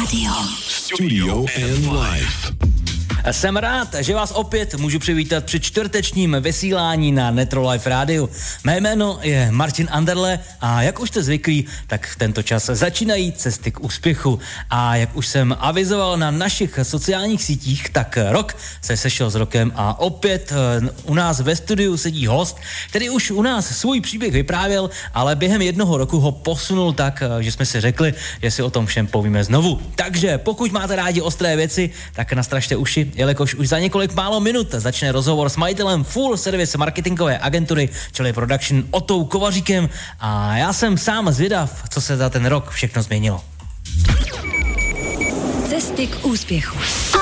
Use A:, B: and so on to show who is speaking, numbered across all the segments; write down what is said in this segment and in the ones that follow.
A: Radio. Studio and Live.
B: Jsem rád, že vás opět můžu přivítat při čtvrtečním vysílání na Netro Live rádiu. Mé jméno je Martin Anderle a jak už jste zvyklí, tak v tento čas začínají cesty k úspěchu. A jak už jsem avizoval na našich sociálních sítích, tak rok se sešel s rokem a opět u nás ve studiu sedí host, který už u nás svůj příběh vyprávěl, ale během jednoho roku ho posunul tak, že jsme si řekli, že si o tom všem povíme znovu. Takže pokud máte rádi ostré věci, tak nastražte uši, jelikož už za několik málo minut začne rozhovor s majitelem full service marketingové agentury Chili Production Otou Kovaříkem a já jsem sám zvědav, co se za ten rok všechno změnilo.
A: Cesty k úspěchu.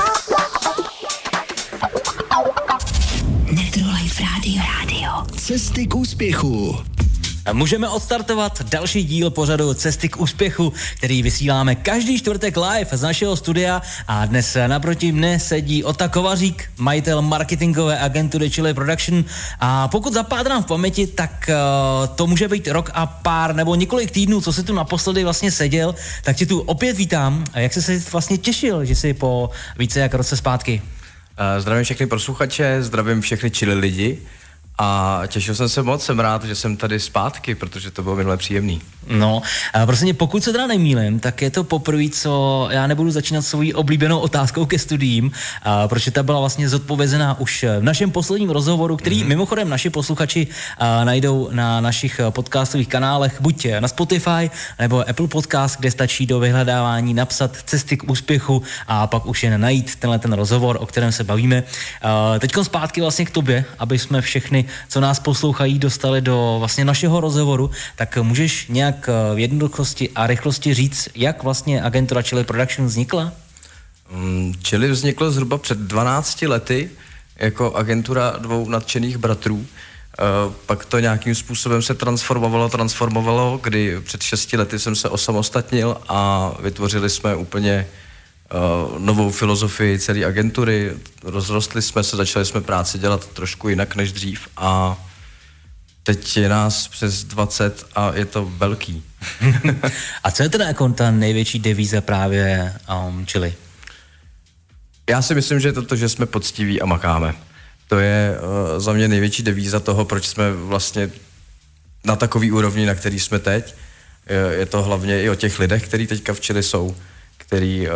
A: Netro Live Radio.
C: Cesty k úspěchu.
B: Můžeme odstartovat další díl pořadu Cesty k úspěchu, který vysíláme každý čtvrtek live z našeho studia a dnes naproti mne sedí Ota Kovařík, majitel marketingové agentury Chili Production a pokud zapátrám v paměti, tak to může být rok a pár nebo několik týdnů, co jsi tu naposledy vlastně seděl, tak tě tu opět vítám. A jak jsi se vlastně těšil, že jsi po více jak roce zpátky?
D: Zdravím všechny posluchače, zdravím všechny Chili lidi. A těšil jsem se moc, jsem rád, že jsem tady zpátky, protože to bylo minule příjemný.
B: No, prostě pokud se teda nemýlím, tak je to poprvé, co já nebudu začínat svojí oblíbenou otázkou ke studiím, protože ta byla vlastně zodpovězená už v našem posledním rozhovoru, který mimochodem naši posluchači najdou na našich podcastových kanálech, buď na Spotify nebo Apple Podcast, kde stačí do vyhledávání napsat Cesty k úspěchu a pak už jen najít tenhle ten rozhovor, o kterém se bavíme. Teďko zpátky vlastně k tobě, aby jsme všechny, co nás poslouchají, dostali do vlastně našeho rozhovoru, tak můžeš nějak v jednoduchosti a rychlosti říct, jak vlastně agentura Chili Production vznikla?
D: Chili vzniklo zhruba před 12 lety jako agentura dvou nadšených bratrů. Pak to nějakým způsobem se transformovalo, kdy před 6 lety jsem se osamostatnil a vytvořili jsme úplně novou filozofii celé agentury. Rozrostli jsme se, začali jsme práci dělat trošku jinak než dřív a teď je nás přes 20 a je to velký.
B: A co je teda jako ta největší devíza právě Chili?
D: Já si myslím, že je to, že jsme poctiví a makáme. To je za mě největší devíza toho, proč jsme vlastně na takový úrovni, na který jsme teď. Je to hlavně i o těch lidech, kteří teďka v Chili jsou, který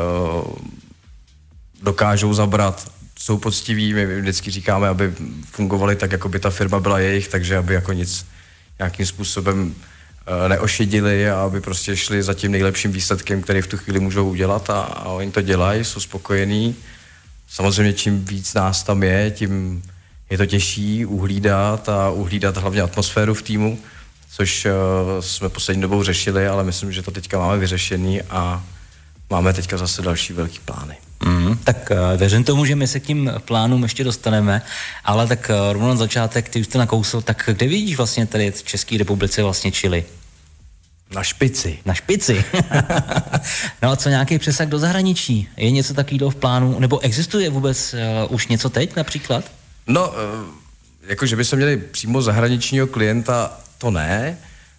D: dokážou zabrat, jsou poctiví, my vždycky říkáme, aby fungovali tak, jako by ta firma byla jejich, takže aby jako nic nějakým způsobem neošidili a aby prostě šli za tím nejlepším výsledkem, který v tu chvíli můžou udělat a oni to dělají, jsou spokojení. Samozřejmě čím víc nás tam je, tím je to těžší uhlídat hlavně atmosféru v týmu, což jsme poslední dobou řešili, ale myslím, že to teďka máme vyřešený a máme teďka zase další velký plány.
B: Tak věřím tomu, že my se k tím plánům ještě dostaneme, ale tak rovnou na začátek, ty už to nakousl, tak kde vidíš vlastně tady v České republice vlastně Chili?
D: Na špici.
B: Na špici. No a co nějaký přesah do zahraničí? Je něco takového v plánu? Nebo existuje vůbec už něco teď například?
D: No, jako že bychom měli přímo zahraničního klienta, to ne.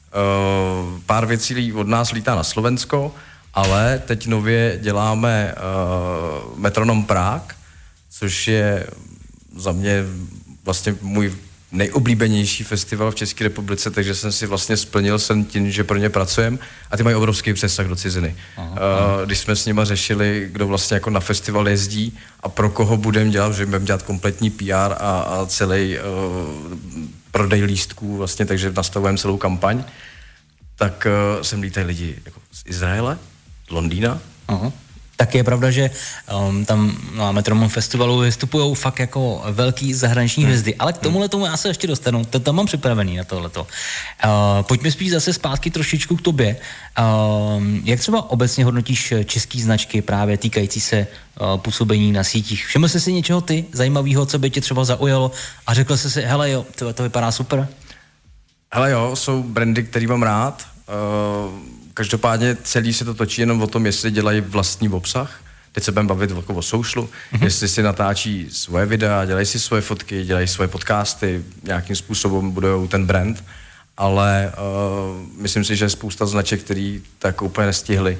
D: Pár věcí od nás lítá na Slovensko, ale teď nově děláme Metronom Prague, což je za mě vlastně můj nejoblíbenější festival v České republice, takže jsem si vlastně splnil sen tím, že pro ně pracujeme a ty mají obrovský přesah do ciziny. Když jsme s nima řešili, kdo vlastně jako na festival jezdí a pro koho budeme dělat, že budeme dělat kompletní PR a celý prodej lístků vlastně, takže nastavujeme celou kampaň, tak sem lítají lidi jako z Izraele, Londýna.
B: Tak je pravda, že tam na Metronom festivalu vystupují fakt jako velký zahraniční hvězdy, ale k tomu já se ještě dostanu, to tam mám připravený na tohleto. Pojďme spíš zase zpátky trošičku k tobě. Jak třeba obecně hodnotíš český značky právě týkající se působení na sítích? Všiml jsi si něčeho ty zajímavého, co by tě třeba zaujalo a řekl jsi si, hele jo, to vypadá super?
D: Hele jo, jsou brandy, který mám rád. Každopádně celý se to točí jenom o tom, jestli dělají vlastní obsah. Teď se budeme bavit o socialu, jestli si natáčí svoje videa, dělají si svoje fotky, dělají svoje podcasty, nějakým způsobem budujou ten brand, ale myslím si, že je spousta značek, který tak úplně nestihli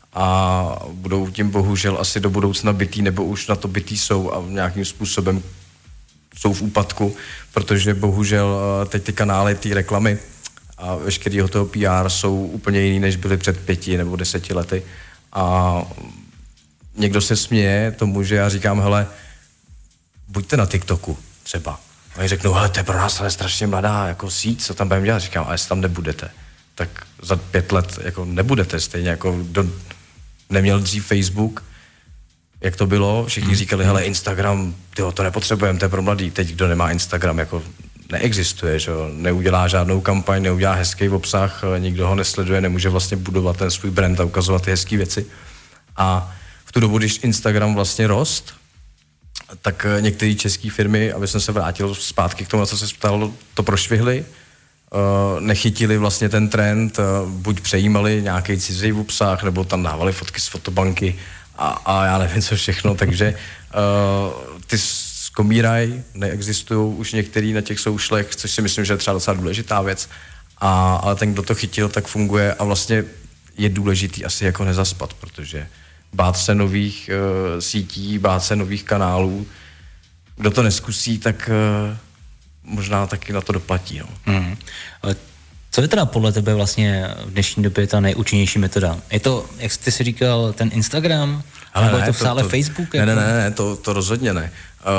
D: a budou tím bohužel asi do budoucna bitý, nebo už na to bitý jsou a nějakým způsobem jsou v úpadku, protože bohužel teď ty kanály, ty reklamy a veškerého toho PR jsou úplně jiný, než byly před 5 nebo 10 lety. A někdo se směje tomu, že já říkám, hele, buďte na TikToku třeba. A oni řeknou, hele, to je pro nás ale strašně mladá jako síť, co tam budeme dělat. Říkám, ale jestli tam nebudete, tak za 5 let jako nebudete, stejně jako kdo neměl dřív Facebook, jak to bylo, všichni říkali, hele, Instagram, tyjo, to nepotřebujeme, to je pro mladý. Teď, kdo nemá Instagram, jako neexistuje, že jo, neudělá žádnou kampaň, neudělá hezký obsah, nikdo ho nesleduje, nemůže vlastně budovat ten svůj brand a ukazovat ty hezké věci. A v tu dobu, když Instagram vlastně rost, tak některé české firmy, aby jsem se vrátil zpátky k tomu, co se ptal, to prošvihly, nechytili vlastně ten trend, buď přejímali nějaký cizí obsah, nebo tam dávali fotky z fotobanky a já nevím co všechno, takže ty skomírají, neexistují už některý na těch soušlech, což si myslím, že je třeba docela důležitá věc, ale ten, kdo to chytil, tak funguje a vlastně je důležitý asi jako nezaspat, protože bát se nových sítí, bát se nových kanálů, kdo to neskusí, tak možná taky na to doplatí. No.
B: Ale co je teda podle tebe vlastně v dnešní době ta nejúčinnější metoda? Je to, jak jsi si říkal, ten Instagram?
D: Ale
B: nebo
D: ne,
B: je to stále Facebook?
D: Ne, to rozhodně ne.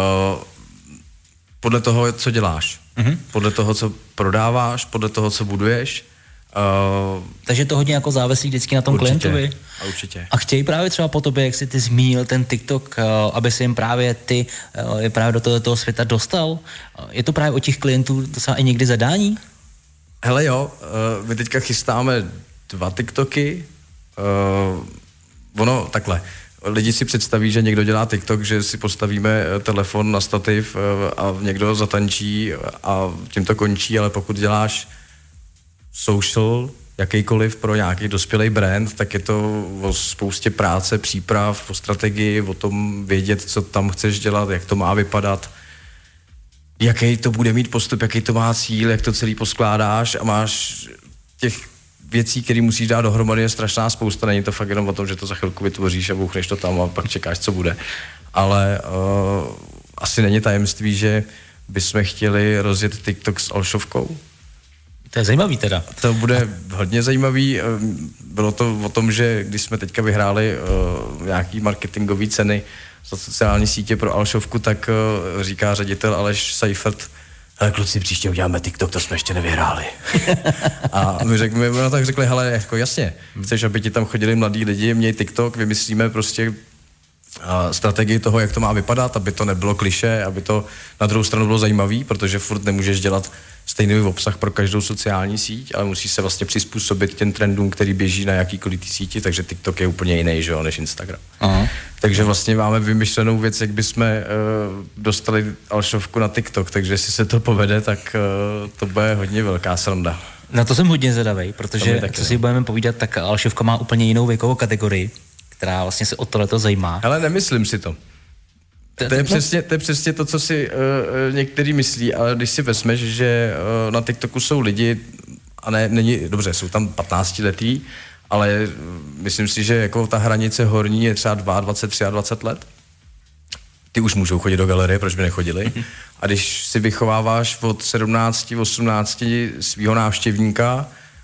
D: Podle toho, co děláš. Podle toho, co prodáváš, podle toho, co buduješ.
B: Takže to hodně jako závisí vždycky na tom klientovi.
D: Určitě.
B: A chtějí právě třeba po tobě, jak jsi ty zmínil ten TikTok, aby si jim právě ty je právě do toho světa dostal? Je to právě od těch klientů docela i někdy zadání?
D: Hele jo, my teďka chystáme 2 TikToky. Ono takhle. Lidi si představí, že někdo dělá TikTok, že si postavíme telefon na stativ a někdo zatančí a tím to končí, ale pokud děláš social, jakýkoliv pro nějaký dospělý brand, tak je to o spoustě práce, příprav, o strategii, o tom vědět, co tam chceš dělat, jak to má vypadat, jaký to bude mít postup, jaký to má cíl, jak to celý poskládáš a máš těch věcí, které musíš dát dohromady, je strašná spousta. Není to fakt jenom o tom, že to za chvilku vytvoříš a bouchneš to tam a pak čekáš, co bude. Ale asi není tajemství, že bychom chtěli rozjet TikTok s Alšovkou.
B: To je zajímavý teda.
D: To bude hodně zajímavý. Bylo to o tom, že když jsme teďka vyhráli nějaký marketingové ceny za sociální sítě pro Alšovku, tak říká ředitel Aleš Seifert, hele kluci, příště uděláme TikTok, to jsme ještě nevyhráli. A my tak řekli, hele, jako jasně, chceš, aby ti tam chodili mladí lidi, měj TikTok, vymyslíme prostě strategii toho, jak to má vypadat, aby to nebylo klišé, aby to na druhou stranu bylo zajímavý, protože furt nemůžeš dělat stejný obsah pro každou sociální síť, ale musí se vlastně přizpůsobit těm trendům, který běží na jakýkoliv síti, takže TikTok je úplně jiný, že jo, než Instagram. Aha. Takže vlastně máme vymyšlenou věc, jak bychom dostali Alšovku na TikTok, takže jestli se to povede, tak to bude hodně velká sranda.
B: Na to jsem hodně zvedavej, protože co si budeme povídat, tak Alšovka má úplně jinou věkovou kategorii, která vlastně se o tohleto zajímá.
D: Ale nemyslím si to. To je přesně to, co si některý myslí, ale když si vezmeš, že na TikToku jsou lidi, a není, dobře, jsou tam 15letý, ale myslím si, že jako ta hranice horní je třeba 22, 23 let. Ty už můžou chodit do galerie, proč by nechodili? A když si vychováváš od 17, 18 svýho návštěvníka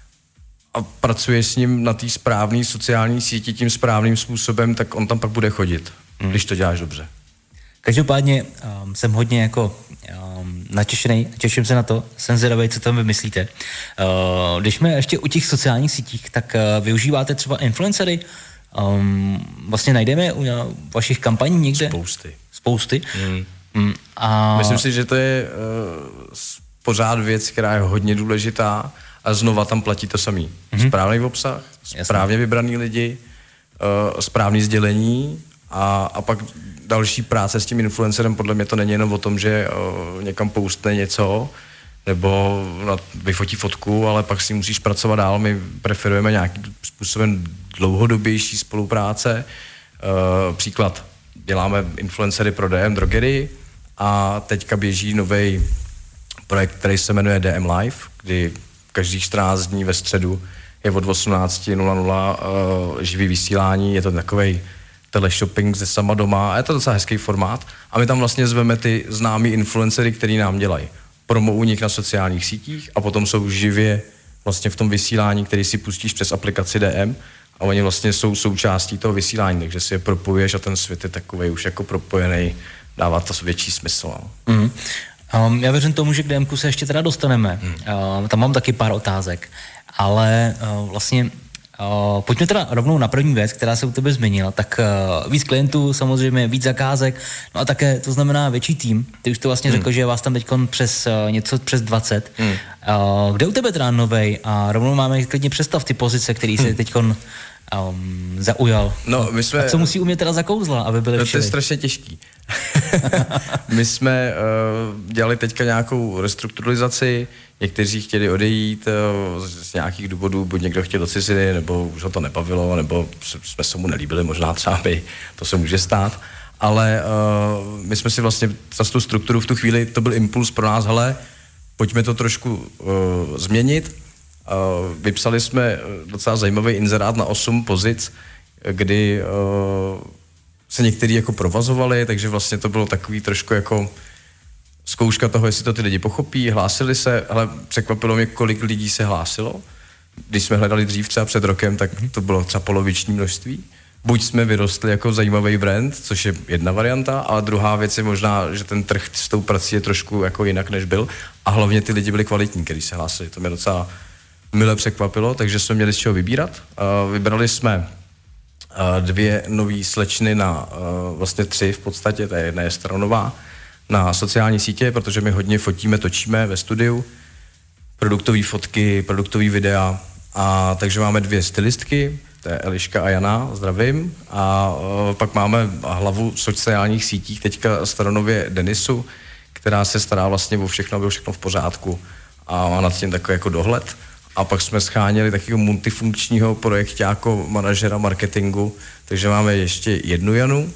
D: a pracuješ s ním na té správné sociální síti tím správným způsobem, tak on tam pak bude chodit, když to děláš dobře.
B: Každopádně jsem hodně jako natěšený, těším se na to, jsem zvědavý, co tam vymyslíte. Když jsme ještě u těch sociálních sítích, tak využíváte třeba influencery? Vlastně najdeme u vašich kampaní někde? Spousty.
D: Myslím si, že to je pořád věc, která je hodně důležitá a znova tam platí to samý. Správný obsah, správně vybraný lidi, správný sdělení a pak další práce s tím influencerem. Podle mě to není jenom o tom, že někam postne něco nebo vyfotí fotku, ale pak si musíš pracovat dál. My preferujeme nějakým způsobem dlouhodobější spolupráce. Příklad, děláme influencery pro DM Drogerii a teďka běží nový projekt, který se jmenuje DM Live, kdy každých 14 dní ve středu je od 18:00 živý vysílání, je to takovej teleshopping ze sama doma a je to docela hezký formát a my tam vlastně zveme ty známý influencery, který nám dělají promo u nich na sociálních sítích a potom jsou živě vlastně v tom vysílání, který si pustíš přes aplikaci DM a oni vlastně jsou součástí toho vysílání, takže si je propojuješ a ten svět je takovej už jako propojený, dává to větší smysl.
B: Já věřím tomu, že k DMku se ještě teda dostaneme. Tam mám taky pár otázek, ale vlastně pojďme teda rovnou na první věc, která se u tebe změnila. Tak víc klientů, samozřejmě víc zakázek, no a také to znamená větší tým. Ty už to vlastně řekl, že je vás tam teďkon něco přes 20. Kde u tebe teda novej? A rovnou máme klidně představ ty pozice, který se teďkon zaujal.
D: No, my jsme...
B: A co musí umět teda za kouzla, aby byly
D: všeli? To je strašně těžký. My jsme dělali teďka nějakou restrukturalizaci, někteří chtěli odejít z nějakých důvodů, buď někdo chtěl do ciziny, nebo už ho to nebavilo, nebo jsme se mu nelíbili, možná třeba by, to se může stát. Ale my jsme si vlastně za tu strukturu v tu chvíli, to byl impuls pro nás, hele, pojďme to trošku změnit. Vypsali jsme docela zajímavý inzerát na 8 pozic, kdy se někteří jako provazovali, takže vlastně to bylo takový trošku jako zkouška toho, jestli to ty lidi pochopí, hlásili se, ale překvapilo mě, kolik lidí se hlásilo. Když jsme hledali dřív třeba před rokem, tak to bylo třeba poloviční množství. Buď jsme vyrostli jako zajímavý brand, což je jedna varianta, a druhá věc je možná, že ten trh s tou prací je trošku jako jinak, než byl. A hlavně ty lidi byli kvalitní, kteří se hlásili. To mě docela mile překvapilo, takže jsme měli z čeho vybírat. Vybrali jsme 2 nový slečny na vlastně 3 v podstatě, ta jedna je Staronová, na sociální sítě, protože my hodně fotíme, točíme ve studiu, produktové fotky, produktové videa, a takže máme 2 stylistky, to je Eliška a Jana, zdravím, a pak máme hlavu sociálních sítích, teďka Staronově Denisu, která se stará vlastně o všechno, aby všechno v pořádku a má nad tím takový jako dohled. A pak jsme scháněli takového multifunkčního projekťáko manažera marketingu, takže máme ještě 1 Janu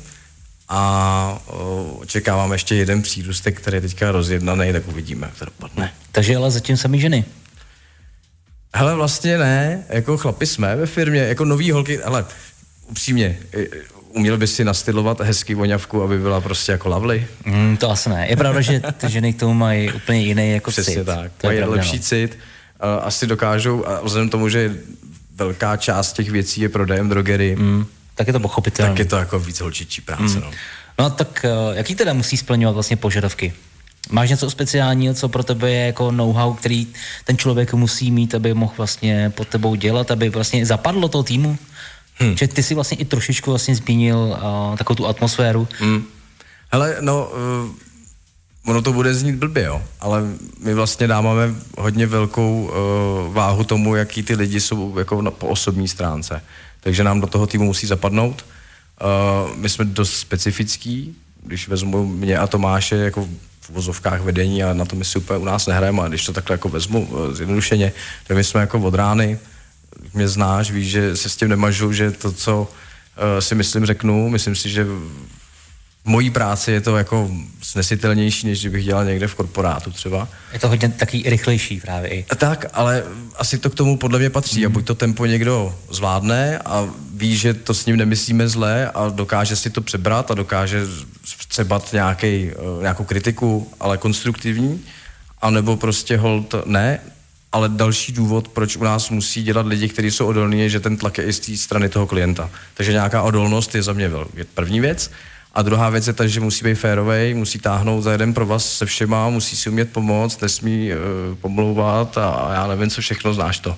D: a očekáváme ještě 1 přírůstek, který je teďka rozjednaný, tak uvidíme, jak to dopadne.
B: Takže ale zatím sami ženy?
D: Hele, vlastně ne, jako chlapi jsme ve firmě, jako nový holky, ale upřímně, uměl by si nastylovat hezký voňavku, aby byla prostě jako lovely?
B: To asi ne. Je pravda, že ty ženy k tomu mají úplně jiný jako cit.
D: Přesně tak, mají lepší cit. Asi dokážou, a vzhledem tomu, že velká část těch věcí je prodejem drogery,
B: tak je to pochopitelné.
D: Tak je to jako víc holčičí práce.
B: No tak jaký teda musí splňovat vlastně požadavky? Máš něco speciálního, co pro tebe je jako know-how, který ten člověk musí mít, aby mohl vlastně pod tebou dělat, aby vlastně zapadlo toho týmu? Že ty si vlastně i trošičku vlastně zmínil takovou tu atmosféru.
D: Hele, no... ono to bude znít blbě, jo, ale my vlastně dáváme hodně velkou váhu tomu, jaký ty lidi jsou jako po osobní stránce. Takže nám do toho týmu musí zapadnout. My jsme dost specifický, když vezmu mě a Tomáše jako v uvozovkách vedení, a na to my si úplně u nás nehrajeme, a když to takhle jako vezmu zjednodušeně, tak my jsme jako od rány, mě znáš, víš, že se s tím nemažu, že to, co si řeknu, myslím si, že v mojí práci je to jako snesitelnější, než kdybych dělal někde v korporátu třeba.
B: Je to hodně taky rychlejší právě.
D: Tak, ale asi to k tomu podle mě patří. A buď to tempo někdo zvládne a ví, že to s ním nemyslíme zle a dokáže si to přebrat a dokáže vstřebat nějakou kritiku, ale konstruktivní, anebo prostě hold ne, ale další důvod, proč u nás musí dělat lidi, kteří jsou odolní, je, že ten tlak je i z té strany toho klienta. Takže nějaká odolnost je za mě první věc. A druhá věc je ta, že musí být férovej, musí táhnout za jeden provaz se všema, musí si umět pomoct, nesmí pomlouvat a já nevím, co všechno, znáš to.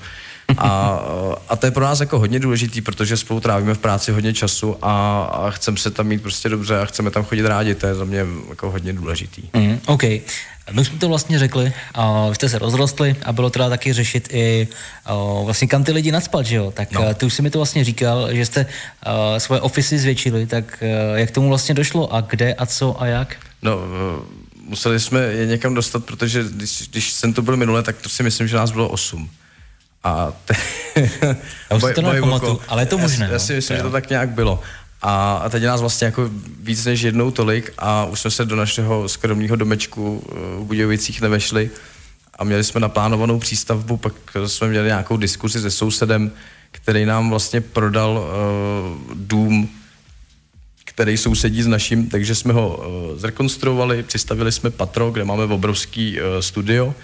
D: A to je pro nás jako hodně důležitý, protože spolu trávíme v práci hodně času a chceme se tam mít prostě dobře a chceme tam chodit rádi, to je za mě jako hodně důležitý.
B: OK. My jsme to vlastně řekli, vy jste se rozrostli a bylo teda taky řešit i vlastně kam ty lidi nacpat, že jo? Tak ty už si mi to vlastně říkal, že jste svoje ofisy zvětšili, tak jak tomu vlastně došlo a kde a co a jak?
D: No, museli jsme je někam dostat, protože když jsem to byl minule, tak to si myslím, že nás bylo 8. A
B: já už si to nepamatuju, ale je to možné.
D: Já si myslím, že to tak nějak bylo. A teď nás vlastně jako víc než jednou tolik a už jsme se do našeho skromného domečku v Budějovicích nevešli a měli jsme naplánovanou přístavbu, pak jsme měli nějakou diskusi se sousedem, který nám vlastně prodal dům, který sousedí s naším, takže jsme ho zrekonstruovali, přistavili jsme patro, kde máme obrovský studio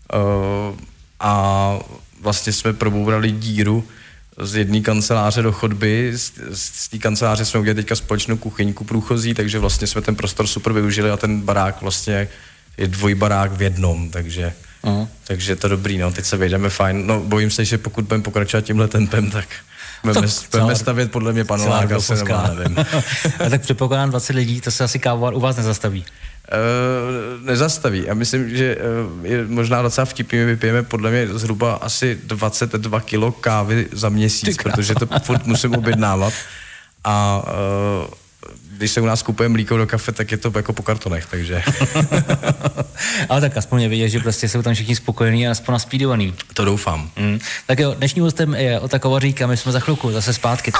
D: a vlastně jsme probourali díru z jedné kanceláře do chodby, z té kanceláře jsme udělali teďka společnou kuchyňku průchozí, takže vlastně jsme ten prostor super využili a ten barák vlastně je dvojbarák v jednom, takže to dobrý, no, teď se vejdeme fajn, no bojím se, že pokud budeme pokračovat tímhle tempem, tak budeme stavět podle mě paneláka, asi nevím.
B: A tak předpokládám 20 lidí, to se asi kávovar u vás nezastaví.
D: Nezastaví. Já myslím, že je možná docela vtipný, my vypijeme podle mě zhruba asi 22 kilo kávy za měsíc, protože to furt musím objednávat a když se u nás kupuje mlíko do kafe, tak je to jako po kartonech, takže...
B: Ale tak aspoň je vidět, že prostě jsou tam všichni spokojení a aspoň naspídovaný.
D: To doufám.
B: Tak jo, dnešním hostem je Ota Kovařík a my jsme za chvilku zase zpátky.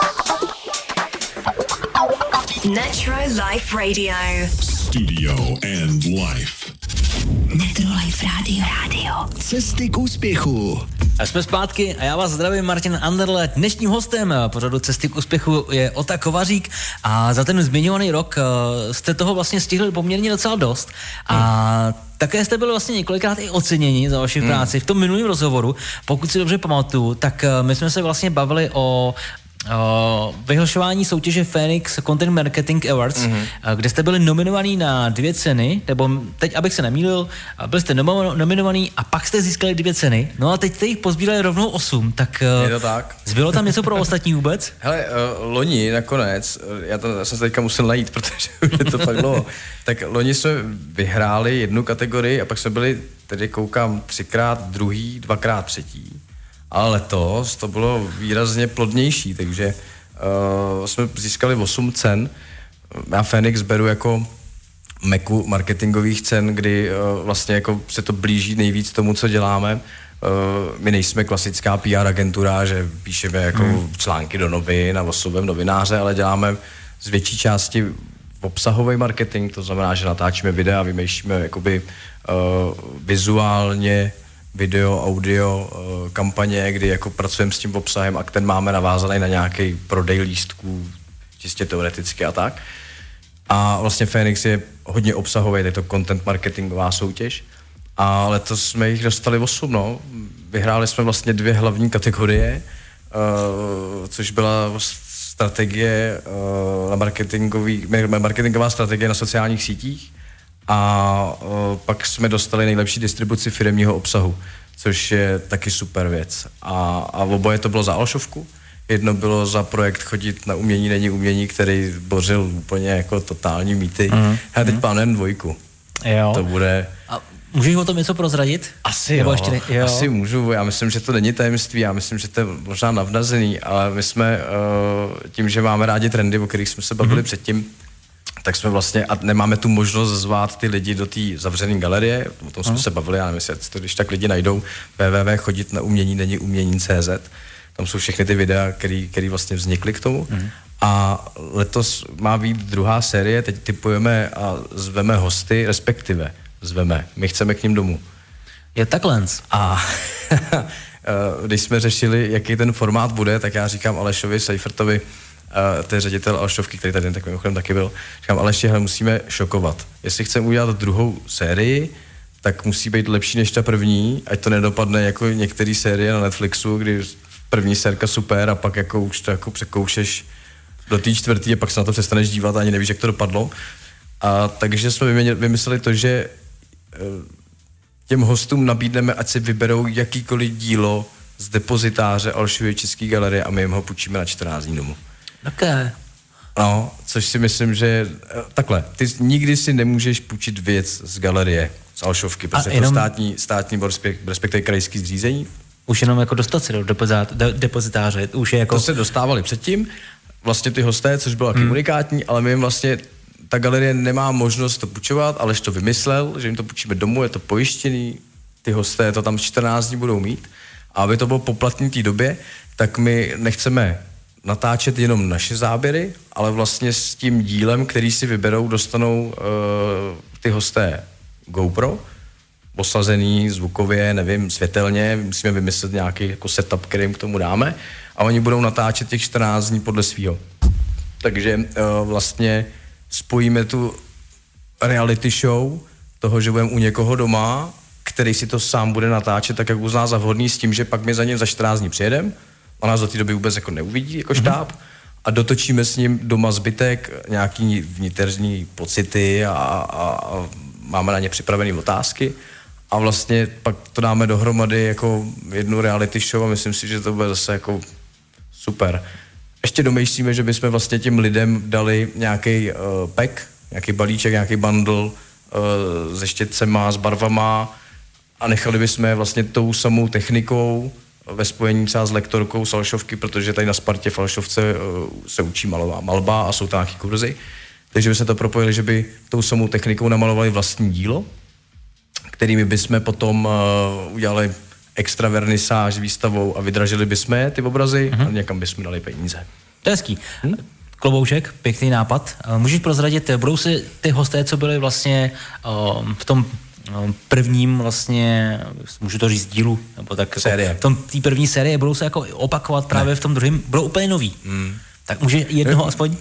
A: Metro Life Radio.
C: Studio and Life.
A: Metro Life Radio.
C: Cesty k úspěchu.
B: A jsme zpátky a já vás zdravím, Martin Anderle. Dnešním hostem pořadu Cesty k úspěchu je Ota Kovařík a za ten zmiňovaný rok jste toho vlastně stihli poměrně docela dost a také jste byli vlastně několikrát i oceněni za vaši práci. V tom minulém rozhovoru, pokud si dobře pamatuju, tak my jsme se vlastně bavili o vyhlašování soutěže Phoenix Content Marketing Awards, kde jste byli nominovaní na 2 ceny, nebo teď, abych se nemýlil, byli jste nominovaní a pak jste získali 2 ceny. No a teď jste jich pozbírali rovnou 8, tak,
D: je to tak.
B: Zbylo tam něco pro ostatní vůbec?
D: Hele, loni nakonec, já jsem se teďka musel najít, protože je to fakt dlouho, tak loni jsme vyhráli 1 kategorii a pak jsme byli, tedy koukám, 3x druhý, 2x třetí. Ale letos to bylo výrazně plodnější, takže jsme získali 8 cen. Já Phoenix beru jako meku marketingových cen, kdy vlastně jako se to blíží nejvíc tomu, co děláme. My nejsme klasická PR agentura, že píšeme jako články do novin a osobem novináře, ale děláme z větší části obsahový marketing, to znamená, že natáčíme videa, vymýšlíme jakoby vizuálně video, audio, kampaně, kdy jako pracujeme s tím obsahem a ten máme navázaný na nějaký prodej lístků, čistě teoreticky a tak. A vlastně Phoenix je hodně obsahový, je to content marketingová soutěž. A letos jsme jich dostali 8, no. Vyhráli jsme vlastně 2 hlavní kategorie, což byla strategie marketingová strategie na sociálních sítích. A pak jsme dostali nejlepší distribuci firemního obsahu, což je taky super věc. A oboje to bylo za Alšovku. Jedno bylo za projekt Chodit na umění není umění, který bořil úplně jako totální mýty. A teď plánujeme 2.
B: Jo.
D: To bude...
B: A můžeš o tom něco prozradit?
D: Asi jo, asi můžu. Já myslím, že to není tajemství, já myslím, že to je možná navnazený, ale my jsme tím, že máme rádi trendy, o kterých jsme se bavili předtím, tak jsme vlastně, a nemáme tu možnost zvát ty lidi do té zavřené galerie, o tom jsme se bavili, já nevím, jestli to, když tak lidi najdou, www.chodit na umění není umění.cz, tam jsou všechny ty videa, které vlastně vznikly k tomu. A letos má být 2. série, teď tipujeme a zveme hosty, respektive zveme, my chceme k ním domů.
B: Je takhle.
D: A když jsme řešili, jaký ten formát bude, tak já říkám Alešovi Seifertovi, to je ředitel Alšovky, který tady tak mimochodem taky byl, říkám, Aleši, musíme šokovat. Jestli chceme udělat 2. sérii, tak musí být lepší než ta první, ať to nedopadne jako některé série na Netflixu, kdy první sérka super a pak jako už to jako překoušeš do té 4. a pak se na to přestaneš dívat a ani nevíš, jak to dopadlo. A takže jsme vymysleli to, že těm hostům nabídneme, ať si vyberou jakýkoliv dílo z depozitáře Alšovy České galerie a my jim ho půjčíme na 14 dní domů.
B: Okay.
D: No, což si myslím, že takhle, ty nikdy si nemůžeš půjčit věc z galerie, z Alšovky, protože jenom... to státní respektive krajský zřízení.
B: Už jenom jako dostat se do depozitáře, už je jako...
D: To se dostávali předtím, vlastně ty hosté, což bylo taky unikátní, ale my jim vlastně, ta galerie nemá možnost to půjčovat, Aleš to vymyslel, že jim to půjčíme domů, je to pojištěný, ty hosté to tam 14 dní budou mít a aby to bylo poplatný té době, tak my nechceme natáčet jenom naše záběry, ale vlastně s tím dílem, který si vyberou, dostanou ty hosté GoPro osazený zvukově, nevím, světelně, musíme vymyslet nějaký jako setup, který jim k tomu dáme a oni budou natáčet těch 14 dní podle svýho. Takže vlastně spojíme tu reality show toho, že budeme u někoho doma, který si to sám bude natáčet tak, jak uzná za vhodný, s tím, že pak my za něm za 14 dní přijedem, on nás do té doby vůbec jako neuvidí, jako štáb, a dotočíme s ním doma zbytek, nějaký vnitřní pocity a máme na ně připravené otázky a vlastně pak to dáme dohromady jako jednu reality show a myslím si, že to bude zase jako super. Ještě domýšlíme, že bychom vlastně těm lidem dali nějaký pack, nějaký balíček, nějaký bundle se štětcema, s barvama a nechali bychom je vlastně tou samou technikou ve spojení třeba s lektorkou falšovky, protože tady na Spartě falšovce se učí malba a jsou tam nějaký kurzy. Takže by se to propojili, že by tou samou technikou namalovali vlastní dílo, kterými bychom potom udělali extra vernisáž výstavou a vydražili bychom ty obrazy a někam bychom dali peníze.
B: To je hezký. Klobouček, pěkný nápad. Můžeš prozradit, budou si ty hosté, co byli vlastně v tom prvním vlastně, můžu to říct, dílu, nebo tak
D: série.
B: Jako, v tom té první série budou se jako opakovat právě v tom druhém, budou úplně nový. Tak může jednoho aspoň?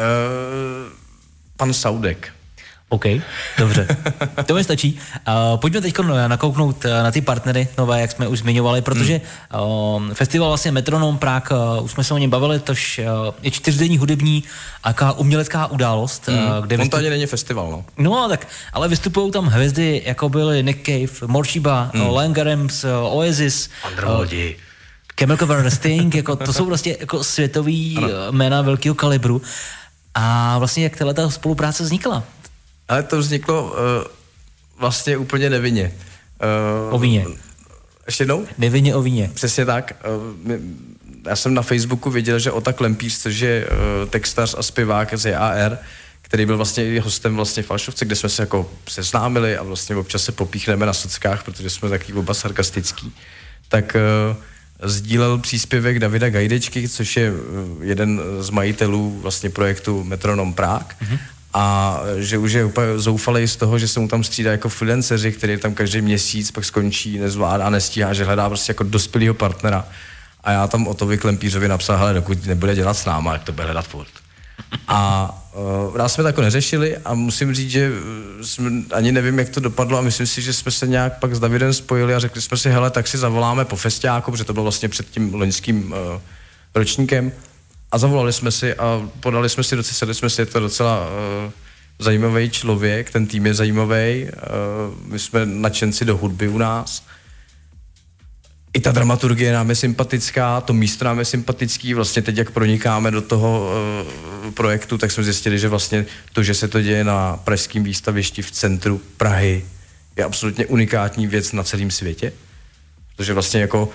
D: Pan Saudek.
B: OK, dobře. To mi stačí. Pojďme teď nakouknout na ty partnery nové, jak jsme už zmiňovali, protože festival vlastně Metronom Prague, už jsme se o něm bavili, tož je 4denní hudební a umělecká událost. Kde
D: on to ani není festival, no.
B: No, tak, ale vystupují tam hvězdy, jako byly Nick Cave, Morchiba, Langarems, Oasis, Chemical Brothers, Sting, jako, to jsou vlastně jako světový jména velkého kalibru. A vlastně jak tato spolupráce vznikla?
D: Ale to vzniklo vlastně úplně nevinně.
B: O víně.
D: Ještě jednou?
B: Nevinně o víně.
D: Přesně tak. Já jsem na Facebooku viděl, že Ota Klempíř, což je textař a zpěvák z JAR, který byl vlastně hostem vlastně Falšovce, kde jsme se jako seznámili a vlastně občas se popíchneme na sockách, protože jsme taky oba sarkastický, tak sdílel příspěvek Davida Gajdečky, což je jeden z majitelů vlastně projektu Metronom Prague. A že už je úplně zoufalej z toho, že se mu tam střídá jako freelanceři, který tam každý měsíc pak skončí, nezvládá, nestíhá, že hledá prostě jako dospělýho partnera. A já tam Otovi Klempířovi napsal, hele, dokud nebude dělat s náma, jak to bude hledat furt. A rád jsme to jako neřešili a musím říct, že jsme, ani nevím, jak to dopadlo a myslím si, že jsme se nějak pak s Davidem spojili a řekli jsme si, hele, tak si zavoláme po festiáku, protože to bylo vlastně před tím loňským ročníkem. A zavolali jsme si a podali jsme si, sedli jsme si, je to docela zajímavý člověk, ten tým je zajímavý, my jsme nadšenci do hudby u nás. I ta dramaturgie nám je sympatická, to místo nám je sympatický, vlastně teď, jak pronikáme do toho projektu, tak jsme zjistili, že vlastně to, že se to děje na pražském výstavišti v centru Prahy, je absolutně unikátní věc na celém světě, protože vlastně jako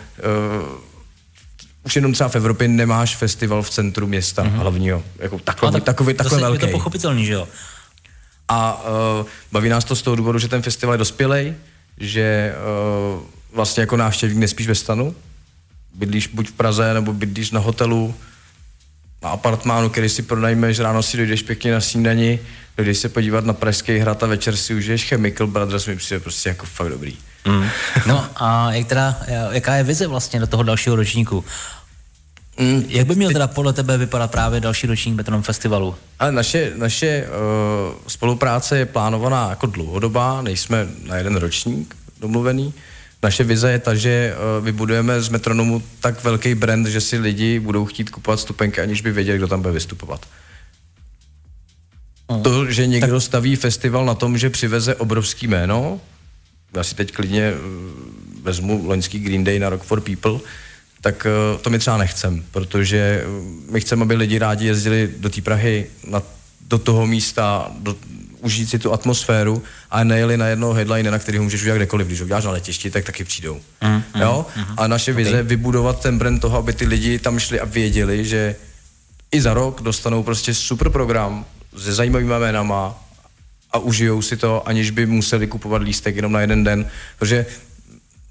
D: už jenom třeba v Evropě nemáš festival v centru města hlavního, jako takový velký.
B: Je to pochopitelný, že jo?
D: A baví nás to z toho důvodu, že ten festival je dospělej, že vlastně jako návštěvník nespíš ve stanu, bydlíš buď v Praze, nebo bydlíš na hotelu, na apartmánu, který si pronajmeš, ráno si dojdeš pěkně na snídani, dojdeš se podívat na Pražský hrad a večer si užiješ Chemical Brothers, mi přijde prostě jako fakt dobrý.
B: No a jaká je vize vlastně do toho dalšího ročníku? Jak by měl teda podle tebe vypadat právě další ročník Metronom festivalu?
D: Ale naše spolupráce je plánovaná jako dlouhodobá, nejsme na jeden ročník domluvený. Naše vize je ta, že vybudujeme z Metronomu tak velký brand, že si lidi budou chtít kupovat stupenky, aniž by věděli, kdo tam bude vystupovat. To, že někdo staví festival na tom, že přiveze obrovský jméno, já si teď klidně vezmu loňský Green Day na Rock for People, tak to my třeba nechcem, protože my chceme, aby lidi rádi jezdili do té Prahy, do toho místa, užít si tu atmosféru a nejeli na jednoho headline, na který můžeš udělat kdekoliv. Když ho uděláš na letišti, tak taky přijdou. Jo? A naše vize je vybudovat ten brand toho, aby ty lidi tam šli a věděli, že i za rok dostanou prostě super program se zajímavými jménama a užijou si to, aniž by museli kupovat lístek jenom na jeden den, protože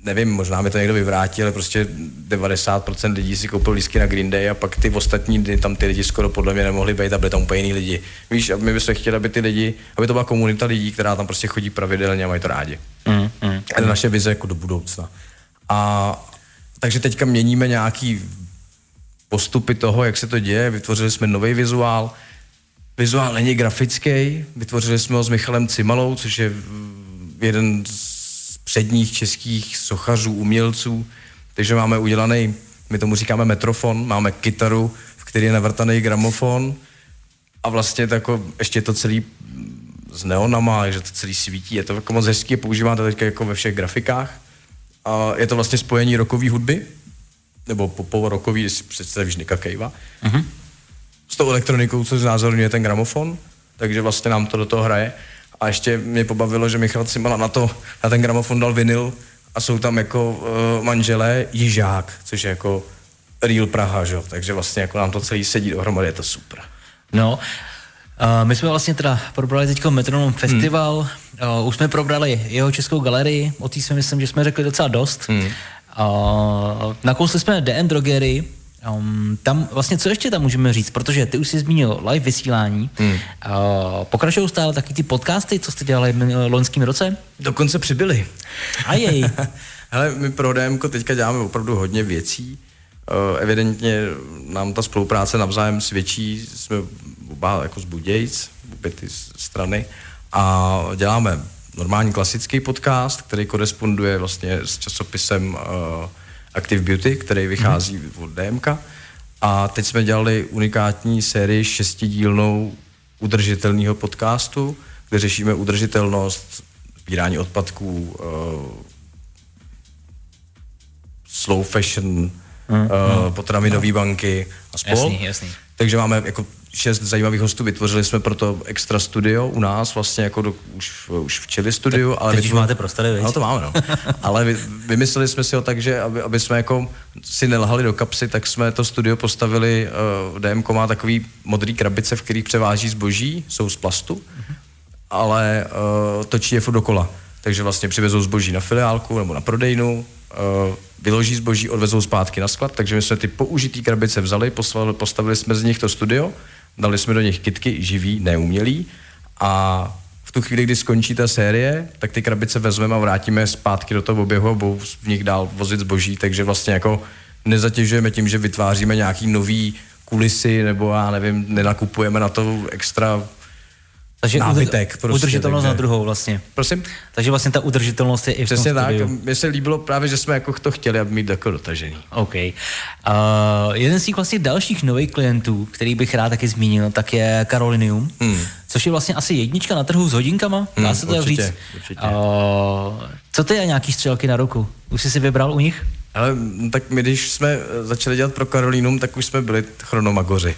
D: nevím, možná mi to někdo vyvrátí, ale prostě 90% lidí si koupil lístky na Green Day a pak ty ostatní dny tam ty lidi skoro podle mě nemohli být a byli tam úplně jiný lidi. Víš, a my bychom chtěli, aby ty lidi, aby to byla komunita lidí, která tam prostě chodí pravidelně a mají to rádi. A to naše vize jako do budoucna. A takže teďka měníme nějaký postupy toho, jak se to děje, vytvořili jsme nový vizuál. Vizuál není grafický, vytvořili jsme ho s Michalem Cimalou, což je jeden z předních českých sochařů, umělců, takže máme udělaný, my tomu říkáme metrofon, máme kytaru, v který je navrtaný gramofon a vlastně tako, ještě to celý s neonama, že to celý svítí, je to jako moc hezký, používáme to teďka jako ve všech grafikách a je to vlastně spojení rockové hudby, nebo popo-rockový, jestli představíš Nicka Cavea, s tou elektronikou, co znázorňuje ten gramofon, takže vlastně nám to do toho hraje. A ještě mě pobavilo, že Michal Cimala na ten gramofon dal vinyl a jsou tam jako manželé Jižák, což je jako real Praha, že? Takže vlastně jako nám to celý sedí dohromady, je to super.
B: No, my jsme vlastně teda probrali teďko Metronom Festival, už jsme probrali jeho českou galerii, o té si myslím, že jsme řekli docela dost. Nakousli jsme DN Drogery, tam vlastně, co ještě tam můžeme říct, protože ty už jsi zmínil live vysílání, pokračují stále taky ty podcasty, co jste dělali v loňském roce?
D: Dokonce přibyli.
B: Ajej.
D: Hele, my pro DMko teďka děláme opravdu hodně věcí, evidentně nám ta spolupráce navzájem svědčí, jsme oba jako z Budějc, obě ty strany a děláme normální klasický podcast, který koresponduje vlastně s časopisem Active Beauty, který vychází od DMka. A teď jsme dělali unikátní sérii 6dílnou udržitelného podcastu, kde řešíme udržitelnost, sbírání odpadků, slow fashion, potravinové banky a spol.
B: Jasný.
D: Takže máme jako 6 zajímavých hostů, vytvořili jsme proto extra studio u nás, vlastně jako už v Chili studiu. Ale
B: teď už máte prostory,
D: no to máme, no. Ale vymysleli jsme si ho tak, že aby jsme jako si nelhali do kapsy, tak jsme to studio postavili, DMko má takový modrý krabice, v kterých převáží zboží, jsou z plastu, ale točí je furt dokola. Takže vlastně přivezou zboží na filiálku nebo na prodejnu, vyloží zboží, odvezou zpátky na sklad, takže my jsme ty použitý krabice vzali, postavili jsme z nich to studio, dali jsme do nich kytky živý, neumělý a v tu chvíli, kdy skončí ta série, tak ty krabice vezmeme a vrátíme zpátky do toho oběhu a budou v nich dál vozit zboží, takže vlastně jako nezatěžujeme tím, že vytváříme nějaký nový kulisy nebo já nevím, nenakupujeme na to extra
B: takže
D: nábytek. Prostě,
B: udržitelnost na druhou vlastně.
D: Prosím?
B: Takže vlastně ta udržitelnost je i v tom studiu.
D: Přesně tak. Mně se líbilo právě, že jsme jako to chtěli, aby mít jako dotažený.
B: OK. Jeden z těch vlastně dalších nových klientů, který bych rád taky zmínil, tak je Karolinium, což je vlastně asi jednička na trhu s hodinkama. Dá se to tak říct?
D: Určitě.
B: Co ty je nějaký střelky na ruku? Už jsi si vybral u nich?
D: Ale tak my, když jsme začali dělat pro Karolínum, tak už jsme byli chronomagoři.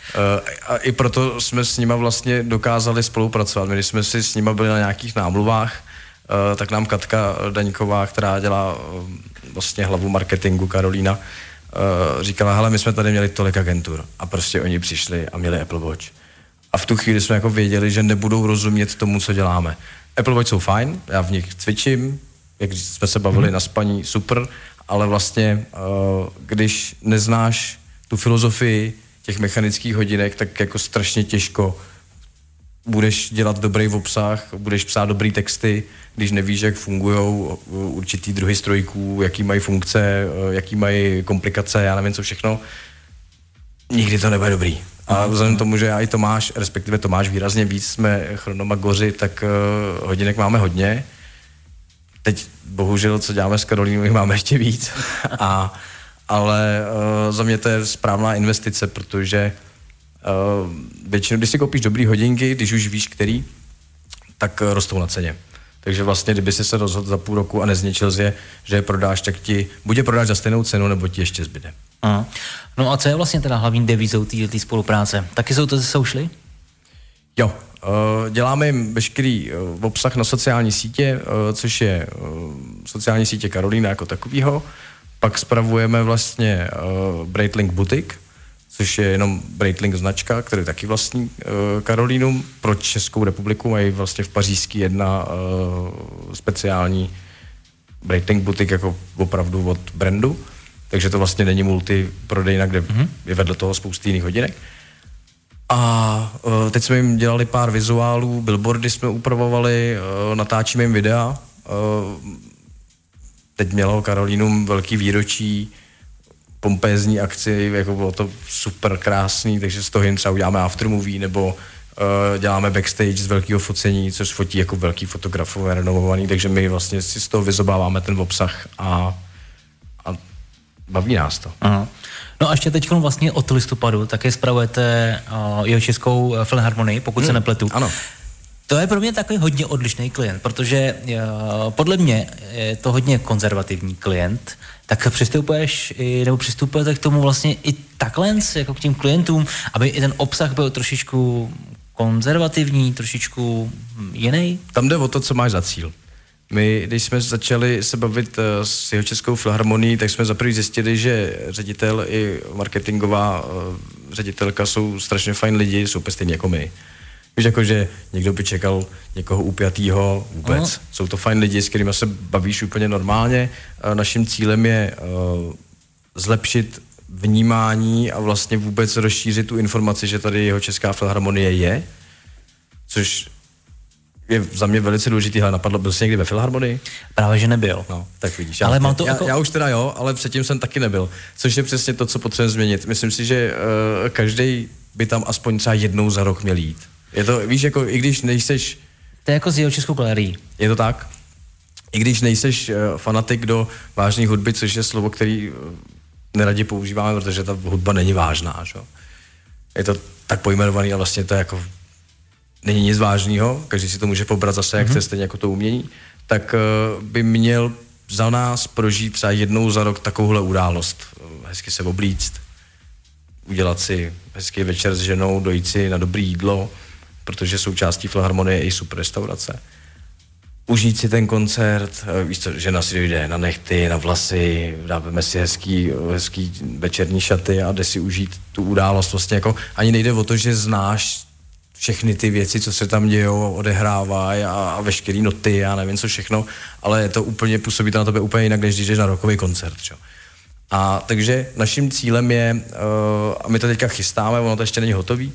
D: A i proto jsme s nima vlastně dokázali spolupracovat. My, když jsme si s nima byli na nějakých námluvách, tak nám Katka Daňková, která dělá vlastně hlavu marketingu Karolína, říkala, hele, my jsme tady měli tolik agentur. A prostě oni přišli a měli Apple Watch. A v tu chvíli jsme jako věděli, že nebudou rozumět tomu, co děláme. Apple Watch jsou fajn, já v nich cvičím, jak jsme se bavili na spaní, super, ale vlastně, když neznáš tu filozofii těch mechanických hodinek, tak jako strašně těžko budeš dělat dobrý obsah, budeš psát dobrý texty, když nevíš, jak fungují určitý druhy strojků, jaký mají funkce, jaký mají komplikace, já nevím co všechno. Nikdy to nebude dobrý. A vzhledem tomu, že já i Tomáš, respektive Tomáš výrazně víc, jsme chronomagoři, tak hodinek máme hodně. Teď bohužel, co děláme s Karolínou, máme ještě víc. Ale za mě to je správná investice, protože většinou, když si koupíš dobrý hodinky, když už víš, který, tak rostou na ceně. Takže vlastně, kdyby si se rozhodl za půl roku a nezničil je, že je prodáš, tak ti buď je prodáš za stejnou cenu, nebo ti ještě zbyde.
B: Aha. No a co je vlastně teda hlavní devizou té spolupráce? Taky jsou to ze socially?
D: Jo, děláme jim veškerý obsah na sociální sítě, což je sociální sítě Karolína jako takovýho. Pak spravujeme vlastně Breitling Boutique, což je jenom Breitling značka, který taky vlastní Karolínum pro Českou republiku. Mají vlastně v Pařížský jedna speciální Breitling Boutique jako opravdu od brandu, takže to vlastně není multiprodejna, kde je vedle toho spousty jiných hodinek. A teď jsme jim dělali pár vizuálů, billboardy jsme upravovali, natáčíme jim videa. Teď mělo Karolínum velký výročí, pompézní akci, jako bylo to super krásný, takže z toho jim třeba uděláme aftermovie, nebo děláme backstage z velkého focení, což fotí jako velký fotografové renovovaný, takže my vlastně si z toho vyzobáváme ten obsah a baví nás to.
B: Aha. No a ještě teď vlastně od listopadu také spravujete Jihočeskou filharmonii, pokud se nepletu.
D: Ano.
B: To je pro mě takový hodně odlišný klient, protože podle mě je to hodně konzervativní klient, tak přistupujete k tomu vlastně i takhle, jako k těm klientům, aby i ten obsah byl trošičku konzervativní, trošičku jiný?
D: Tam jde o to, co máš za cíl. My, když jsme začali se bavit s Jihočeskou filharmonií, tak jsme zaprvé zjistili, že ředitel i marketingová ředitelka jsou strašně fajn lidi, jsou stejně jako my. Víš, jako, že někdo by čekal někoho upjatýho vůbec. Jsou to fajn lidi, s kterými se bavíš úplně normálně. Naším cílem je zlepšit vnímání a vlastně vůbec rozšířit tu informaci, že tady Jihočeská filharmonie je, což je za mě velice důležitý. Hele, napadlo, byl jsi někdy ve filharmonii?
B: Právě, že nebyl.
D: No, tak vidíš.
B: Ale mám to
D: já už teda jo, ale předtím jsem taky nebyl. Což je přesně to, co potřebujeme změnit. Myslím si, že každý by tam aspoň třeba jednou za rok měl jít. Je to, víš, jako i když nejseš...
B: To je jako s Jihočeskou galerií. Je
D: to tak? I když nejseš fanatik do vážné hudby, což je slovo, který neradi používáme, protože ta hudba není vážná, že? Je to tak pojmenovaný a vlastně to jako není nic vážného, každý si to může pobrat zase, jak chce, stejně jako to umění, tak by měl za nás prožít třeba jednou za rok takovouhle událost. Hezky se oblíct, udělat si hezký večer s ženou, dojít si na dobré jídlo, protože součástí filharmonie je i super restaurace. Užít si ten koncert, víš co, žena si dojde na nechty, na vlasy, dáme si hezký večerní šaty a jde si užít tu událost. Vlastně jako ani nejde o to, že znáš všechny ty věci, co se tam dějou, odehrávají a veškerý noty a nevím co všechno, ale to úplně působí to na tebe úplně jinak, než když jdeš na rockový koncert. Čo? A takže naším cílem je, a my to teďka chystáme, ono to ještě není hotový,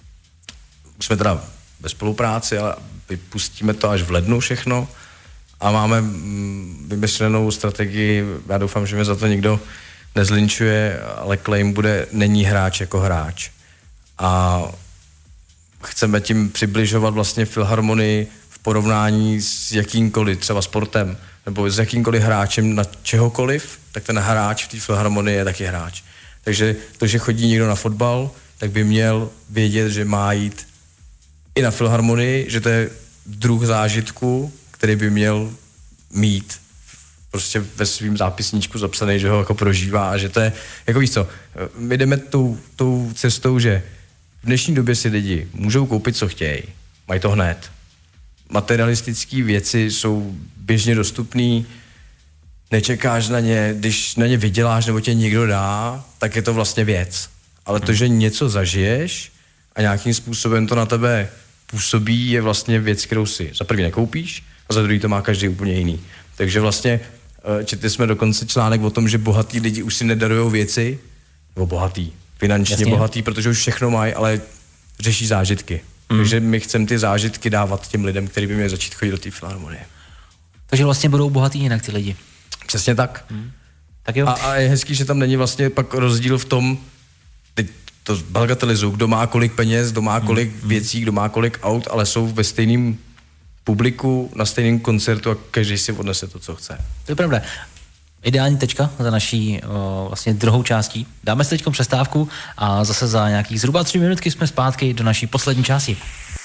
D: už jsme teda ve spolupráci, ale vypustíme to až v lednu všechno a máme vymyšlenou strategii, já doufám, že mě za to nikdo nezlinčuje, ale claim bude není hráč jako hráč. A chceme tím přibližovat vlastně filharmonii v porovnání s jakýmkoliv, třeba sportem, nebo s jakýmkoliv hráčem na čehokoliv, tak ten hráč v té filharmonii je taky hráč. Takže to, že chodí někdo na fotbal, tak by měl vědět, že má jít i na filharmonii, že to je druh zážitku, který by měl mít prostě ve svým zápisníčku zapsaný, že ho jako prožívá a že to je, jako víš co, my jdeme tou cestou, že v dnešní době si lidi můžou koupit, co chtějí, mají to hned. Materialistické věci jsou běžně dostupný, nečekáš na ně, když na ně vyděláš nebo tě někdo dá, tak je to vlastně věc. Ale to, že něco zažiješ a nějakým způsobem to na tebe působí, je vlastně věc, kterou si za první nekoupíš a za druhý to má každý úplně jiný. Takže vlastně četli jsme dokonce článek o tom, že bohatý lidi už si nedarujou věci, nebo bohatý, finančně jasně bohatý, protože už všechno mají, ale řeší zážitky. Takže my chceme ty zážitky dávat těm lidem, kteří by měli začít chodit do té filharmonie.
B: Takže vlastně budou bohatý jinak ty lidi.
D: Přesně tak.
B: Tak jo.
D: A je hezký, že tam není vlastně pak rozdíl v tom, teď to bagatelizuju, kdo má kolik peněz, kdo má kolik věcí, kdo má kolik aut, ale jsou ve stejném publiku, na stejném koncertu a každý si odnese to, co chce.
B: To je pravda. Ideální tečka za naší vlastně druhou částí. Dáme si teďkom přestávku a zase za nějakých zhruba 3 minutky jsme zpátky do naší poslední části.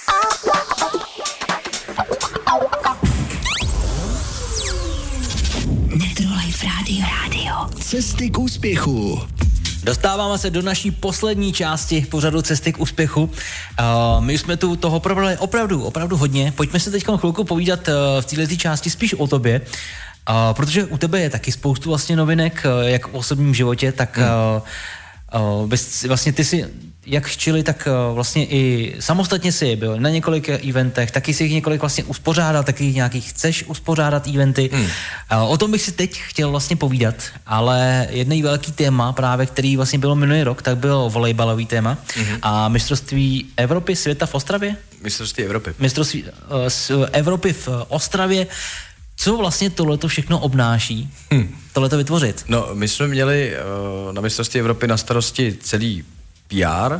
A: Metro Life Radio.
C: Cesty k úspěchu.
B: Dostáváme se do naší poslední části pořadu Cesty k úspěchu. My jsme tu toho probrali opravdu hodně. Pojďme se teď chvilku povídat v této části spíš o tobě, protože u tebe je taky spoustu vlastně novinek, jak v osobním životě, tak vlastně ty si jak chčili, tak vlastně i samostatně si byl na několika eventech, taky si jich několik vlastně uspořádal, taky nějakých chceš uspořádat eventy. O tom bych si teď chtěl vlastně povídat, ale jedný velký téma právě, který vlastně bylo minulý rok, tak bylo volejbalový téma a mistrovství Evropy, světa v Ostravě?
D: Mistrovství Evropy.
B: Mistrovství Evropy v Ostravě. Co vlastně tohleto všechno obnáší, tohleto vytvořit?
D: No, my jsme měli na mistrovství Evropy na starosti celý PR,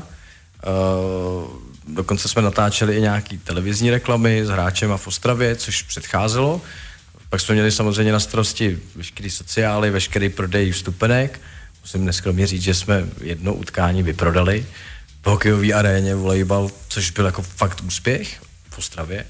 D: dokonce jsme natáčeli i nějaký televizní reklamy s hráčema v Ostravě, což předcházelo. Pak jsme měli samozřejmě na starosti veškerý sociály, veškerý prodej vstupenek. Musím neskromně říct, že jsme jedno utkání vyprodali v hokejové aréně volejbal, což byl jako fakt úspěch v Ostravě.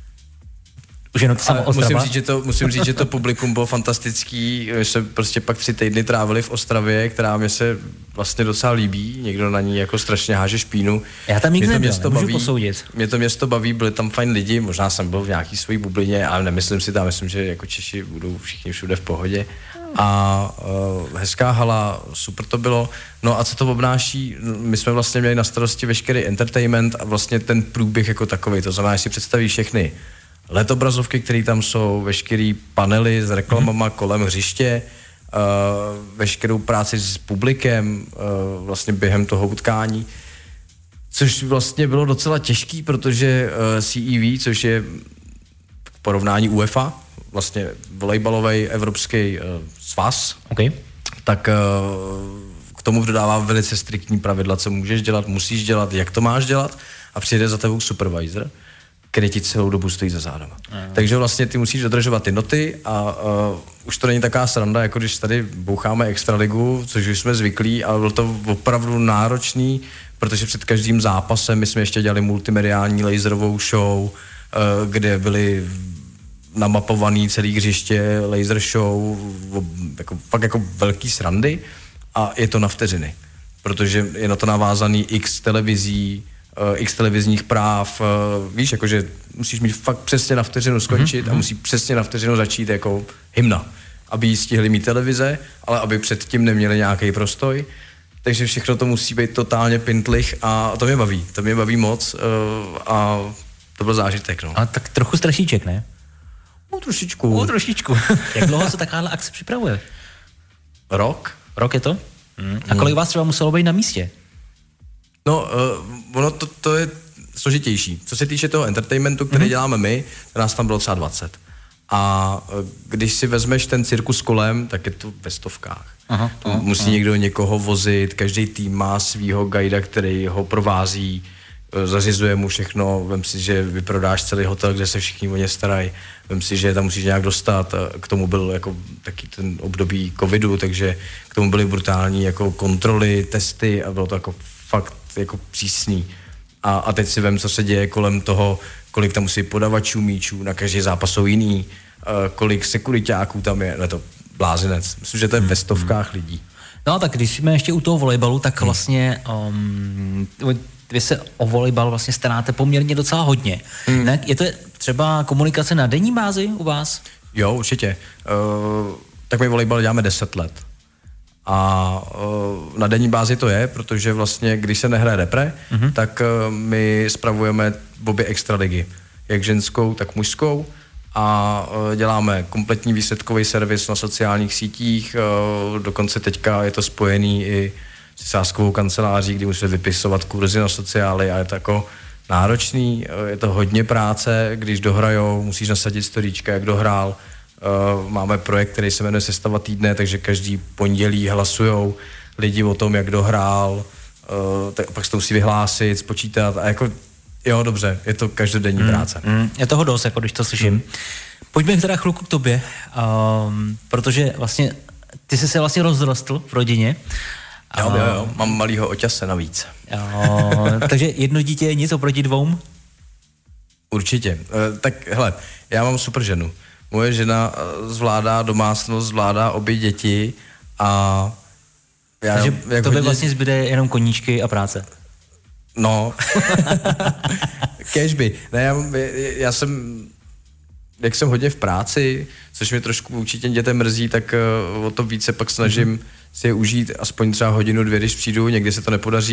B: Už jenom to samo Ostrava.
D: Musím říct, že to publikum bylo fantastický. My jsme prostě pak 3 týdny trávili v Ostravě, která mě se vlastně docela líbí. Někdo na ní jako strašně háže špínu.
B: Já tam nikdy nebyl, nemůžu posoudit.
D: Mě to město baví, byli tam fajn lidi, možná jsem byl v nějaký svojí bublině, ale nemyslím si tam, myslím, že jako Češi budou všichni všude v pohodě. A hezká hala, super to bylo. No a co to obnáší? My jsme vlastně měli na starosti veškerý entertainment a vlastně ten průběh jako takový. To znamená, že si představíš všechny letobrazovky, které tam jsou, veškerý panely s reklamama kolem hřiště, veškerou práci s publikem vlastně během toho utkání, což vlastně bylo docela těžký, protože CEV, což je v porovnání UEFA, vlastně volejbalový evropský svaz, tak k tomu dodává velice striktní pravidla, co můžeš dělat, musíš dělat, jak to máš dělat a přijde za tebou supervisor, který ti celou dobu stojí za zádama. Takže vlastně ty musíš dodržovat ty noty a už to není taková sranda, jako když tady boucháme extraligu, což už jsme zvyklí, ale bylo to opravdu náročný, protože před každým zápasem my jsme ještě dělali multimediální laserovou show, kde byly namapovaný celý hřiště, laser show, fakt jako velký srandy a je to na vteřiny, protože je na to navázaný x televizí, x televizních práv, víš, jakože musíš mít fakt přesně na vteřinu skončit a musí přesně na vteřinu začít jako hymna, aby ji stihli mít televize, ale aby předtím neměli nějaký prostoj, takže všechno to musí být totálně pintlich a to mě baví moc a to byl zážitek, no.
B: A tak trochu strašíček, ne?
D: Trošičku.
B: Jak dlouho se taková akce připravuje?
D: Rok
B: je to? A kolik vás třeba muselo být na místě?
D: No, ono to je složitější. Co se týče toho entertainmentu, který děláme my, nás tam bylo třeba 20. A když si vezmeš ten cirkus kolem, tak je to ve stovkách. Musí někdo někoho vozit, každý tým má svýho guida, který ho provází, zařizuje mu všechno, vem si, že vyprodáš celý hotel, kde se všichni o ně starají, vem si, že tam musíš nějak dostat, k tomu byl jako taky ten období covidu, takže k tomu byly brutální jako kontroly, testy a bylo to jako fakt jako přísný. A teď si vem, co se děje kolem toho, kolik tam musí podavačů míčů, na každý zápas jsou jiný, kolik sekuriťáků tam je, no to blázinec. Myslím, že to je ve stovkách lidí.
B: No tak když jsme ještě u toho volejbalu, tak vlastně vy se o volejbal vlastně staráte poměrně docela hodně. Je to třeba komunikace na denní bázi u vás?
D: Jo, určitě. Tak my volejbal děláme 10 let. A na denní bázi to je, protože vlastně, když se nehraje repre, tak my spravujeme obě extraligy. Jak ženskou, tak mužskou. A děláme kompletní výsledkový servis na sociálních sítích. Dokonce teďka je to spojený i s sázkovou kanceláří, kdy musíme vypisovat kurzy na sociály a je to jako náročný. Je to hodně práce, když dohrajou, musíš nasadit storíčka, jak dohrál. Máme projekt, který se jmenuje Sestava týdne, takže každý pondělí hlasujou lidi o tom, jak dohrál, pak se to musí vyhlásit, spočítat a jako jo, dobře, je to každodenní práce.
B: Je toho dost, jako když to slyším. Pojďme teda chvilku k tobě, protože vlastně ty jsi se vlastně rozrostl v rodině.
D: Jo, mám malýho oťase navíc.
B: Takže jedno dítě je nic oproti 2?
D: Určitě. Tak hele, já mám super ženu. Moje žena zvládá domácnost, zvládá obě děti a já...
B: Takže tobě vlastně zbyde jenom koníčky a práce.
D: No. Kéžby. Ne, já jsem... Jak jsem hodně v práci, což mě trošku určitě dětem mrzí, tak o to více pak snažím si je užít aspoň třeba hodinu, 2, když přijdu, někdy se to nepodaří,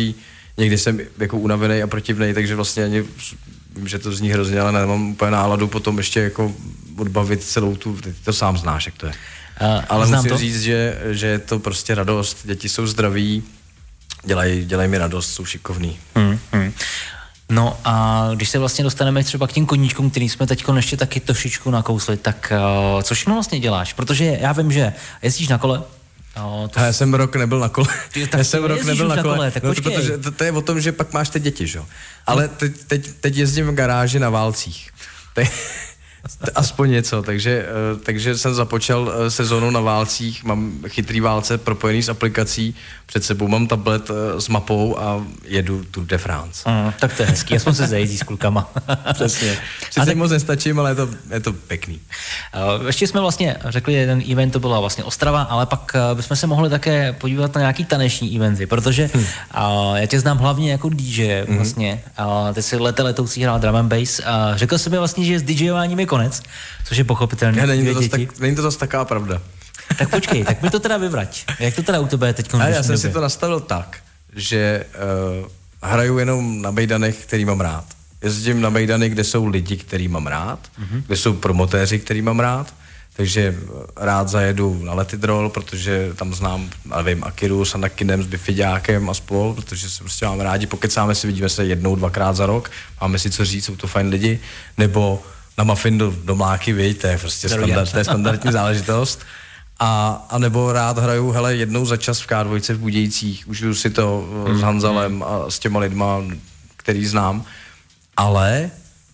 D: někdy jsem jako unavený a protivnej, takže vlastně ani, vím, že to zní hrozně, ale nemám úplně náladu potom ještě jako odbavit celou tu, ty to sám znáš, jak to je. Ale musím říct, že je to prostě radost, děti jsou zdraví, dělají mi radost, jsou šikovný.
B: No a když se vlastně dostaneme třeba k těm koníčkům, který jsme teď ještě taky trošičku nakousli, tak co všechno vlastně děláš? Protože já vím, že jezdíš na kole.
D: Já jsem rok nebyl na kole.
B: Já jsem rok nebyl na kole. Tak
D: protože to je o tom, že pak máš ty děti, že jo? Ale teď jezdím v garáži na válcích. Aspoň něco, takže jsem započal sezónu na válcích, mám chytrý válce propojený s aplikací, před sebou mám tablet s mapou a jedu Tour de France.
B: Tak to je hezký, aspoň se zajezdí s klukama.
D: Přesně. Sice moc nestačím, ale je to pěkný.
B: Ještě jsme vlastně řekli, jeden event to byla vlastně Ostrava, ale pak bychom se mohli také podívat na nějaký taneční eventy, protože já tě znám hlavně jako DJ vlastně. Ty jsi letoucí hrál drum and bass a řekl jsem mi vlastně, že s DJováním je konec, což je pochopitelné.
D: Není to zase taková pravda.
B: Tak počkej, tak mi to teda vyvrať. Jak to teda u tebe teď?
D: Já jsem si to nastavil tak, že hraju jenom na bejdanech, který mám rád. Jezdím na bejdany, kde jsou lidi, který mám rád, kde jsou promotéři, který mám rád, takže rád zajedu na Letidrol, protože tam znám, nevím, Akiru s Anakinem, s Bifiďákem a spol, protože se prostě máme rádi, pokecáme si, vidíme se 1-2krát za rok, máme si co říct, jsou to fajn lidi, nebo na muffin do Mláky, viď, to je prostě to je standardní záležitost. A nebo rád hraju, hele, jednou za čas v K2 v Budějcích, užiju si to s Hanzalem a s těma lidma, který znám, ale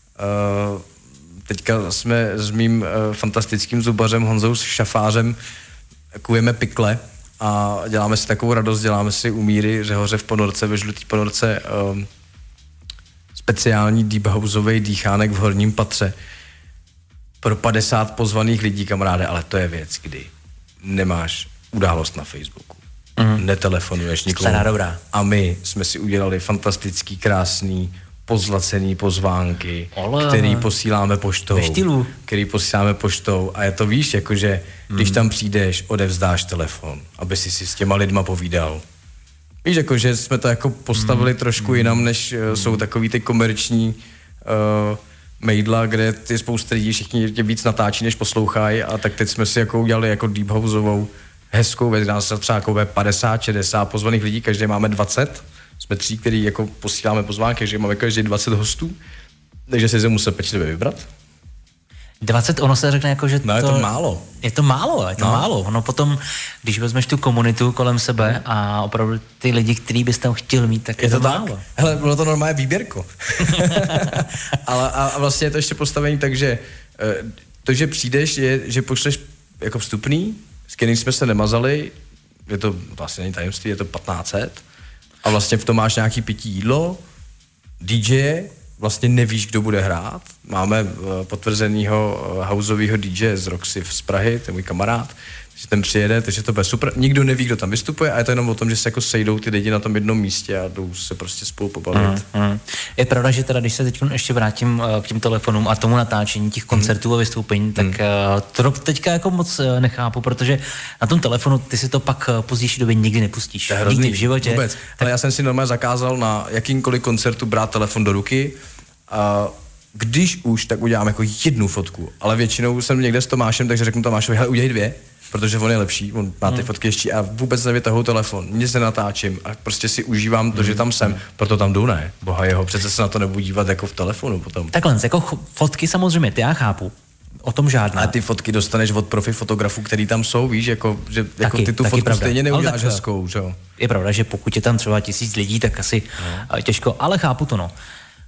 D: teďka jsme s mým fantastickým zubařem Honzou Šafářem kujeme pikle a děláme si takovou radost, děláme si u Míry Řehoře v Ponorce, ve Žlutý Ponorce speciální deep houseový dýchánek v horním patře pro 50 pozvaných lidí, kamaráde, ale to je věc, kdy nemáš událost na Facebooku, netelefonuješ nikomu. A my jsme si udělali fantastický, krásný, pozlacený pozvánky, který posíláme poštou. A je to, víš, jakože když tam přijdeš, odevzdáš telefon, aby si s těma lidma povídal. Víš, jakože jsme to jako postavili trošku jinam, než jsou takový ty komerční mejdla, kde ty spousta lidí všichni tě víc natáčí, než poslouchají, a tak teď jsme si jako udělali jako deep houseovou hezkou věc, nás třeba jako 50-60 pozvaných lidí, každý máme 20, jsme 3, který jako posíláme pozvánky, takže máme každý 20 hostů, takže si se musel pečlivě vybrat.
B: 20, ono se řekne jako, že
D: no, je to málo.
B: Je to málo. Ono potom, když vezmeš tu komunitu kolem sebe a opravdu ty lidi, který bys tam chtěl mít, tak je to málo.
D: Hele, bylo to normálně výběrko. Ale a vlastně je to ještě postavení tak, že to, že přijdeš, je, že pošleš jako vstupný, s kterým jsme se nemazali, je to vlastně není tajemství, je to 1500 a vlastně v tom máš nějaký pití jídlo, DJ, vlastně nevíš, kdo bude hrát. Máme potvrzenýho houseovýho DJ z Roxy z Prahy, to je můj kamarád, takže ten přijede, takže to bude super. Nikdo neví, kdo tam vystupuje a je to jenom o tom, že se jako sejdou ty lidi na tom jednom místě a jdou se prostě spolu pobavit.
B: Je pravda, že teda, když se teď ještě vrátím k těm telefonům a tomu natáčení těch koncertů a vystoupení, tak to teďka jako moc nechápu, protože na tom telefonu ty si to pak v pozdější době nikdy nepustíš. Nikdy v životě.
D: Vůbec. Tak... Ale já jsem si normálně zakázal na jakýmkoliv koncertu brát telefon do ruky a když už, tak udělám jako jednu fotku, ale většinou jsem někde s Tomášem, takže řeknu Tomášovi, hele, udělej 2, protože on je lepší, on má ty fotky ještě a vůbec nevytahuji telefon, nic nenatáčím a prostě si užívám to, že tam jsem, proto tam jdu, ne? Boha jeho, přece se na to nebudu dívat jako v telefonu potom.
B: Takhle, jako fotky samozřejmě, ty já chápu. O tom žádná.
D: A ty fotky dostaneš od profi fotografů, který tam jsou, víš, jako, že jako ty tu fotku pravda. Stejně neuděláš hezkou, že jo?
B: Je pravda, že pokud je tam třeba 1000 lidí, tak asi těžko, ale chápu to, no.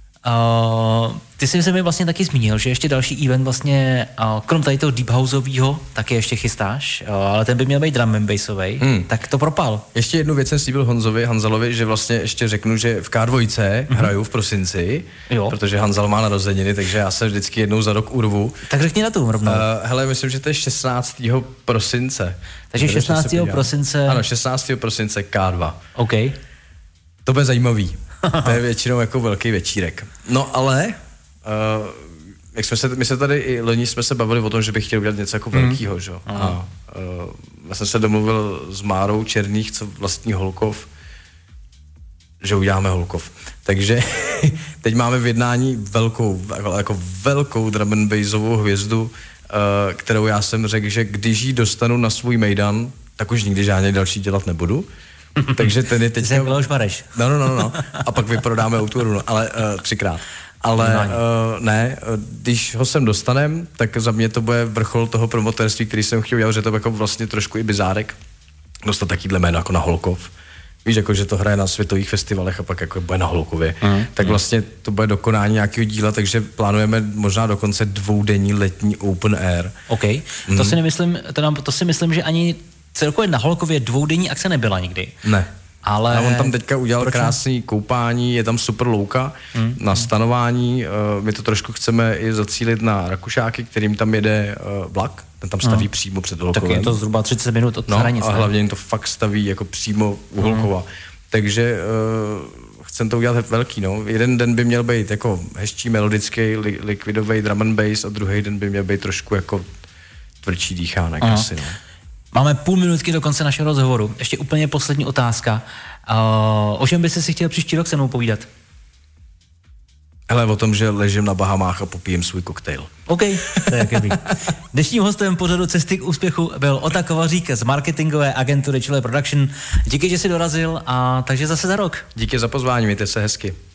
B: Ty jsi se mi vlastně taky zmínil, že ještě další event vlastně, krom tady toho deep houseovýho, taky ještě chystáš, ale ten by měl být drum and bassovej, tak to propal.
D: Ještě jednu věc jsem slíbil Hanzalovi, že vlastně ještě řeknu, že v K2 hraju v prosinci, protože Hanzal má narozeniny, takže já se vždycky jednou za rok urvu.
B: Tak řekni na tu rovnou.
D: Hele, myslím, že to je 16. prosince.
B: Takže 16. prosince.
D: Ano, 16. prosince K2.
B: OK.
D: To bude zajímavý. To je většinou jako velký večírek. No ale, jak my se tady i loni jsme se bavili o tom, že bych chtěl udělat něco jako velkýho, že? A já jsem se domluvil s Márou Černých, co vlastní Holkov, že uděláme Holkov. Takže teď máme v jednání velkou drum and bassovou hvězdu, kterou já jsem řekl, že když ji dostanu na svůj mejdan, tak už nikdy žádný další dělat nebudu. Takže ten je teď... No. A pak vyprodáme autoru, no, ale 3krát. Ale ne, když ho sem dostanem, tak za mě to bude vrchol toho promotérství, který jsem chtěl dělat, že to je jako vlastně trošku i bizárek. Dostat takýhle jméno jako na Holkov. Víš, jako, že to hraje na světových festivalech a pak jako bude na Holkově. Tak vlastně to bude dokonání nějakého díla, takže plánujeme možná dokonce 2denní letní open air.
B: OK, to si myslím, že ani celkově na Holkově 2denní akce nebyla nikdy.
D: Ne.
B: Ale
D: a on tam teďka udělal krásný koupání, je tam super louka na stanování. My to trošku chceme i zacílit na Rakušáky, kterým tam jede vlak. Ten tam staví přímo před Holkovem.
B: Tak je to zhruba 30 minut od hranice.
D: A hlavně jim to fakt staví jako přímo u Holkova. Takže chcem to udělat velký, no. Jeden den by měl být jako hezčí, melodický, likvidový drum and bass a druhý den by měl být trošku jako tvrdší dýchánek asi, no.
B: Máme půl minutky do konce našeho rozhovoru. Ještě úplně poslední otázka. O čem byste si chtěl příští rok se mnou povídat?
D: Hele, o tom, že ležím na Bahamách a popijím svůj koktejl.
B: OK, to je jaký. Dnešním hostem pořadu Cesty k úspěchu byl Ota Kovařík z marketingové agentury Chile Production. Díky, že jsi dorazil a takže zase za rok.
D: Díky za pozvání, mějte se hezky.